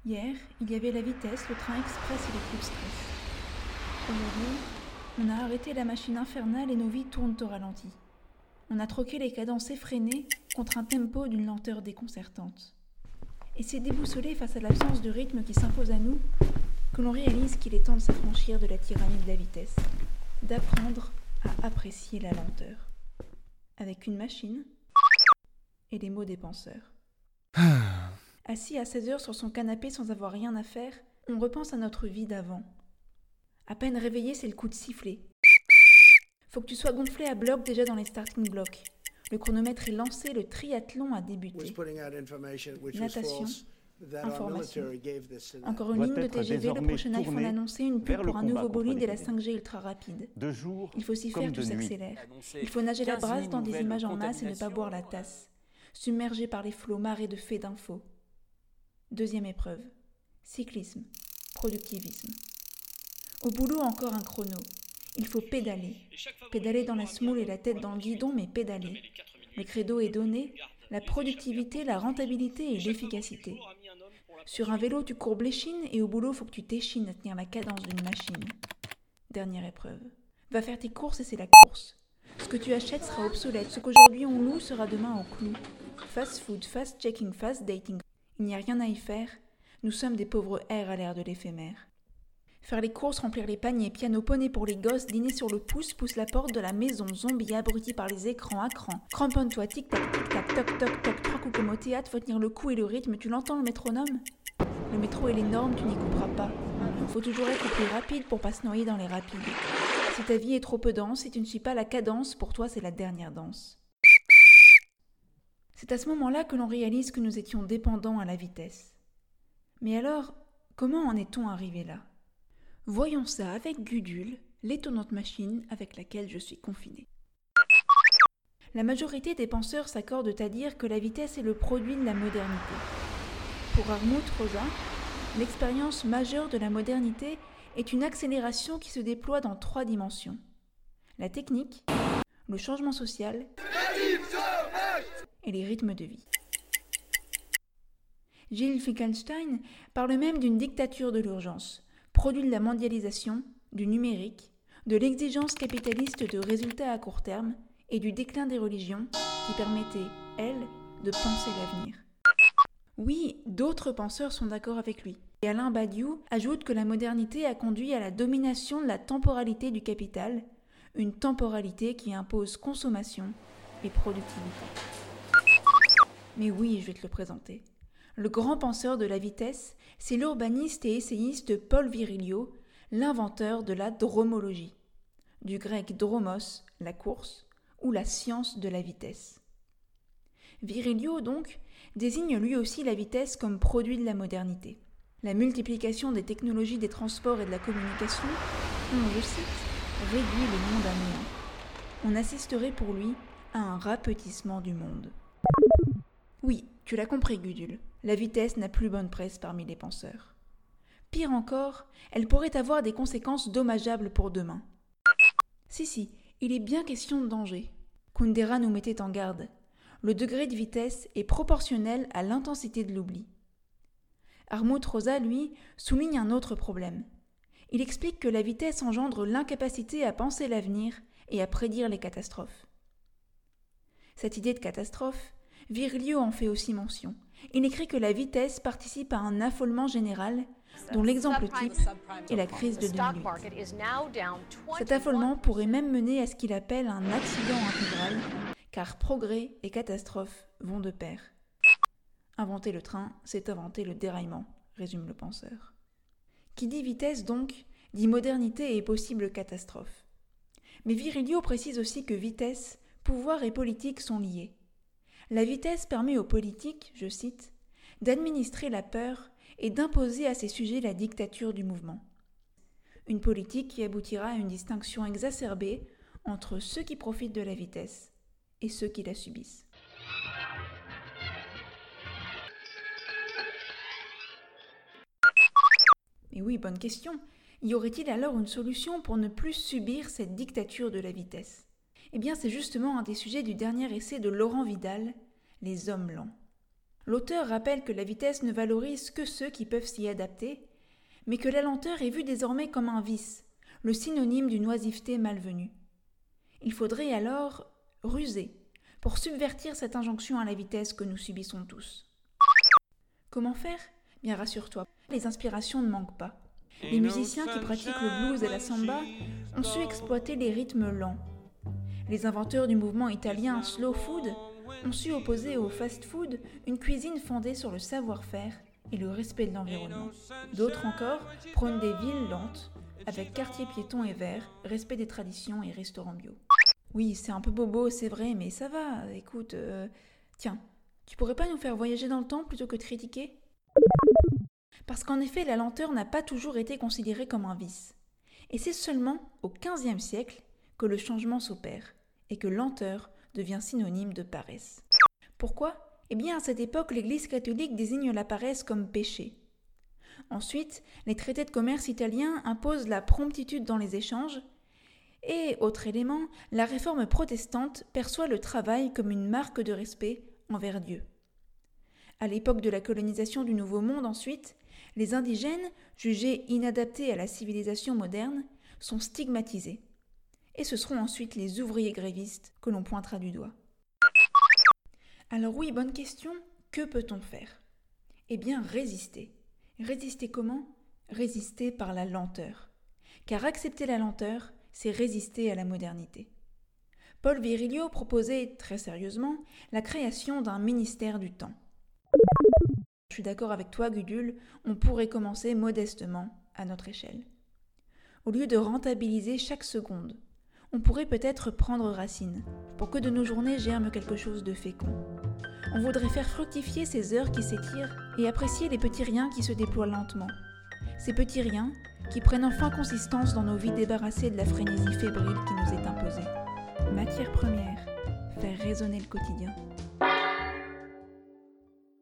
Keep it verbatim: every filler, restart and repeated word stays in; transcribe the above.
Hier, il y avait la vitesse, le train express et les coups de stress. Aujourd'hui, on a arrêté la machine infernale et nos vies tournent au ralenti. On a troqué les cadences effrénées contre un tempo d'une lenteur déconcertante. Et c'est déboussolé face à l'absence de rythme qui s'impose à nous que l'on réalise qu'il est temps de s'affranchir de la tyrannie de la vitesse, d'apprendre à apprécier la lenteur. Avec une machine et les mots des penseurs. Assis à seize heures sur son canapé sans avoir rien à faire, on repense à notre vie d'avant. À peine réveillé, c'est le coup de sifflet. Faut que tu sois gonflé à bloc déjà dans les starting blocks. Le chronomètre est lancé, le triathlon a débuté. Natation, information. Encore une ligne de T G V, le prochain iPhone annoncé, une pub pour un nouveau bolide et la cinq G ultra rapide. Il faut s'y faire, tout s'accélère. Il faut nager la brasse dans des images en masse et ne pas boire la tasse. Submergé par les flots marées de faits d'infos. Deuxième épreuve. Cyclisme, productivisme. Au boulot, encore un chrono. Il faut pédaler. Pédaler dans la smoule et la tête dans le guidon, mais pédaler. Le credo est donné, la productivité, la rentabilité et l'efficacité. Sur un vélo, tu courbes l'échine et au boulot, faut que tu t'échines à tenir la cadence d'une machine. Dernière épreuve. Va faire tes courses et c'est la course. Ce que tu achètes sera obsolète. Ce qu'aujourd'hui on loue sera demain au clou. Fast food, fast checking, fast dating. Il n'y a rien à y faire. Nous sommes des pauvres airs à l'ère de l'éphémère. Faire les courses, remplir les paniers, piano poney pour les gosses, dîner sur le pouce, pousse la porte de la maison, zombie abruti par les écrans à cran. Cramponne-toi, tic-tac, tic-tac, toc, toc, toc, trois coups comme au théâtre, faut tenir le coup et le rythme, tu l'entends le métronome ? Le métro est l'énorme, tu n'y couperas pas. Faut toujours être plus rapide pour pas se noyer dans les rapides. Si ta vie est trop peu dense, si tu ne suis pas la cadence, pour toi c'est la dernière danse. C'est à ce moment-là que l'on réalise que nous étions dépendants à la vitesse. Mais alors, comment en est-on arrivé là ? Voyons ça avec Gudule, l'étonnante machine avec laquelle je suis confiné. La majorité des penseurs s'accordent à dire que la vitesse est le produit de la modernité. Pour Hartmut Rosa, l'expérience majeure de la modernité est une accélération qui se déploie dans trois dimensions. La technique, le changement social et les rythmes de vie. Gilles Finkelstein parle même d'une dictature de l'urgence, produit de la mondialisation, du numérique, de l'exigence capitaliste de résultats à court terme et du déclin des religions qui permettaient, elles, de penser l'avenir. Oui, d'autres penseurs sont d'accord avec lui. Et Alain Badiou ajoute que la modernité a conduit à la domination de la temporalité du capital, une temporalité qui impose consommation et productivité. Mais oui, je vais te le présenter. Le grand penseur de la vitesse, c'est l'urbaniste et essayiste Paul Virilio, l'inventeur de la dromologie, du grec dromos, la course, ou la science de la vitesse. Virilio, donc, désigne lui aussi la vitesse comme produit de la modernité. La multiplication des technologies des transports et de la communication ont, je cite, réduit le monde à néant. On assisterait pour lui à un rapetissement du monde. Oui, tu l'as compris, Gudule, la vitesse n'a plus bonne presse parmi les penseurs. Pire encore, elle pourrait avoir des conséquences dommageables pour demain. Si, si, il est bien question de danger. Kundera nous mettait en garde. Le degré de vitesse est proportionnel à l'intensité de l'oubli. Hartmut Rosa, lui, souligne un autre problème. Il explique que la vitesse engendre l'incapacité à penser l'avenir et à prédire les catastrophes. Cette idée de catastrophe, Virilio en fait aussi mention. Il écrit que la vitesse participe à un affolement général, dont l'exemple type est la crise de deux mille huit. Cet affolement pourrait même mener à ce qu'il appelle un accident intégral, car progrès et catastrophe vont de pair. Inventer le train, c'est inventer le déraillement, résume le penseur. Qui dit vitesse donc, dit modernité et possible catastrophe. Mais Virilio précise aussi que vitesse, pouvoir et politique sont liés. La vitesse permet aux politiques, je cite, d'administrer la peur et d'imposer à ses sujets la dictature du mouvement. Une politique qui aboutira à une distinction exacerbée entre ceux qui profitent de la vitesse et ceux qui la subissent. Mais oui, bonne question. Y aurait-il alors une solution pour ne plus subir cette dictature de la vitesse ? Eh bien, c'est justement un des sujets du dernier essai de Laurent Vidal, Les hommes lents. L'auteur rappelle que la vitesse ne valorise que ceux qui peuvent s'y adapter, mais que la lenteur est vue désormais comme un vice, le synonyme d'une oisiveté malvenue. Il faudrait alors ruser pour subvertir cette injonction à la vitesse que nous subissons tous. Comment faire ? Bien rassure-toi, les inspirations ne manquent pas. Les musiciens qui pratiquent le blues et la samba ont su exploiter les rythmes lents. Les inventeurs du mouvement italien slow food ont su opposer au fast-food une cuisine fondée sur le savoir-faire et le respect de l'environnement. D'autres encore prônent des villes lentes, avec quartiers piétons et verts, respect des traditions et restaurants bio. Oui, c'est un peu bobo, c'est vrai, mais ça va, écoute, euh... tiens, tu pourrais pas nous faire voyager dans le temps plutôt que de critiquer ? Parce qu'en effet, la lenteur n'a pas toujours été considérée comme un vice. Et c'est seulement au quinzième siècle que le changement s'opère et que lenteur devient synonyme de paresse. Pourquoi ? Eh bien, à cette époque, l'Église catholique désigne la paresse comme péché. Ensuite, les traités de commerce italiens imposent la promptitude dans les échanges. Et, autre élément, la réforme protestante perçoit le travail comme une marque de respect envers Dieu. À l'époque de la colonisation du Nouveau Monde ensuite, les indigènes, jugés inadaptés à la civilisation moderne, sont stigmatisés. Et ce seront ensuite les ouvriers grévistes que l'on pointera du doigt. Alors oui, bonne question, que peut-on faire ? Eh bien, résister. Résister comment ? Résister par la lenteur. Car accepter la lenteur, c'est résister à la modernité. Paul Virilio proposait, très sérieusement, la création d'un ministère du temps. Je suis d'accord avec toi, Gudule, on pourrait commencer modestement à notre échelle. Au lieu de rentabiliser chaque seconde, on pourrait peut-être prendre racine pour que de nos journées germe quelque chose de fécond. On voudrait faire fructifier ces heures qui s'étirent et apprécier les petits riens qui se déploient lentement. Ces petits riens qui prennent enfin consistance dans nos vies débarrassées de la frénésie fébrile qui nous est imposée. Matière première, faire résonner le quotidien.